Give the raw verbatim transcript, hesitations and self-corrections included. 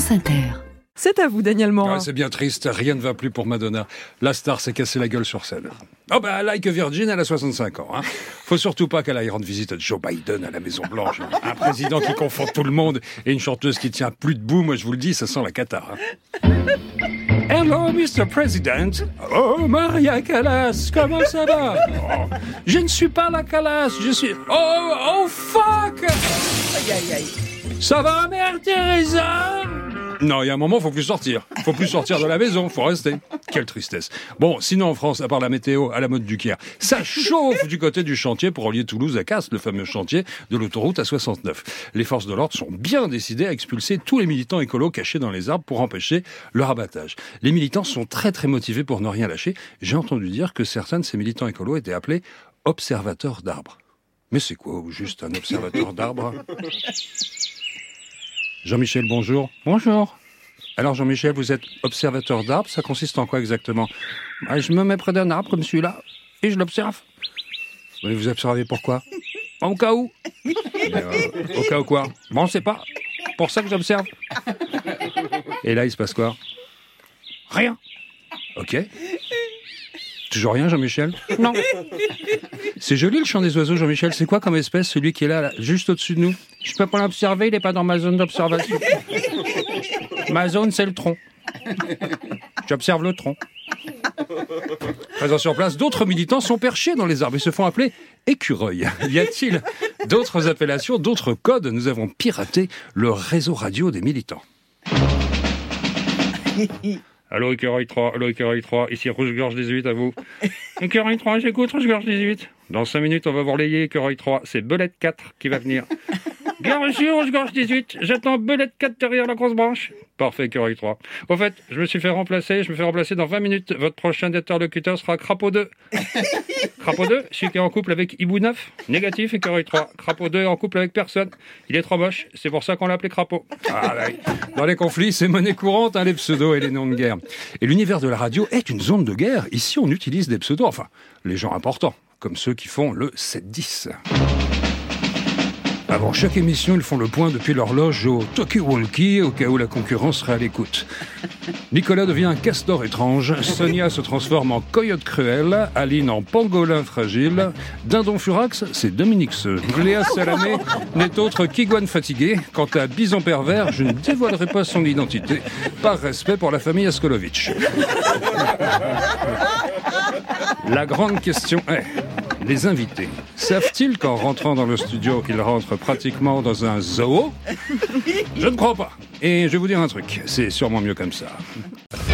France Inter. C'est à vous, Daniel Morin. Ah, c'est bien triste, rien ne va plus pour Madonna. La star s'est cassé la gueule sur scène. Oh bah, like Virgin, elle a soixante-cinq ans. Hein. Faut surtout pas qu'elle aille rendre visite à Joe Biden à la Maison-Blanche. Un président qui confond tout le monde et une chanteuse qui tient plus debout, moi je vous le dis, ça sent la cata. Hein. Hello, mister President. Oh, Maria Callas, comment ça va? Oh, je ne suis pas la Callas, je suis... Oh, oh, fuck! Aïe, aïe, aïe. Ça va, Mère Teresa? Non, il y a un moment, faut plus sortir. Faut plus sortir de la maison, faut rester. Quelle tristesse. Bon, sinon en France, à part la météo, à la mode du Caire, ça chauffe du côté du chantier pour relier Toulouse à Castres, le fameux chantier de l'autoroute A soixante-neuf. Les forces de l'ordre sont bien décidées à expulser tous les militants écolos cachés dans les arbres pour empêcher leur abattage. Les militants sont très très motivés pour ne rien lâcher. J'ai entendu dire que certains de ces militants écolos étaient appelés observateurs d'arbres. Mais c'est quoi, juste un observateur d'arbres? Jean-Michel, bonjour. Bonjour. Alors Jean-Michel, vous êtes observateur d'arbres, ça consiste en quoi exactement? Bah, je me mets près d'un arbre comme celui-là et je l'observe. Mais vous observez pourquoi? Au cas où. Mais, euh, au cas où quoi? Bon, on sait pas. Pour ça que j'observe. Et là, il se passe quoi? Rien. Ok. Toujours rien, Jean-Michel? Non. C'est joli le chant des oiseaux, Jean-Michel. C'est quoi comme espèce, celui qui est là, là juste au-dessus de nous? Je peux pas l'observer, il n'est pas dans ma zone d'observation. Ma zone, c'est le tronc. J'observe le tronc. Présent sur place, d'autres militants sont perchés dans les arbres et se font appeler écureuils. Y a-t-il d'autres appellations, d'autres codes? Nous avons piraté le réseau radio des militants. Allô, écureuil trois, allô, écureuil trois, ici Rouge-Gorge dix-huit, à vous. Écureuil trois, j'écoute, Rouge-Gorge dix-huit. Dans cinq minutes, on va voir relayer écureuil trois, c'est Belette quatre qui va venir. Gare reçue, Rouge-Gorge dix-huit, j'attends Belette quatre derrière la grosse branche. Parfait, écureuil trois. Au fait, je me suis fait remplacer, je me fais remplacer dans vingt minutes. Votre prochain interlocuteur sera Crapaud deux. Crapaud deux, celui qui est en couple avec Hibou neuf. Négatif, écureuil trois. Crapaud deux est en couple avec personne. Il est trop moche, c'est pour ça qu'on l'a appelé Crapaud. Ah, ouais. Dans les conflits, c'est monnaie courante, hein, les pseudos et les noms de guerre. Et l'univers de la radio est une zone de guerre. Ici, on utilise des pseudos, enfin, les gens importants, comme ceux qui font le sept dix. Avant chaque émission, ils font le point depuis leur loge au talkie-walkie, au cas où la concurrence serait à l'écoute. Nicolas devient un castor étrange, Sonia se transforme en coyote cruel, Aline en pangolin fragile, Dindon Furax, c'est Dominique Seux. Léa Salamé n'est autre qu'Iguane fatigué. Quant à Bison pervers, je ne dévoilerai pas son identité, par respect pour la famille Askolovitch. La grande question est... Les invités, savent-ils qu'en rentrant dans le studio, ils rentrent pratiquement dans un zoo? Je ne crois pas. Et je vais vous dire un truc, c'est sûrement mieux comme ça.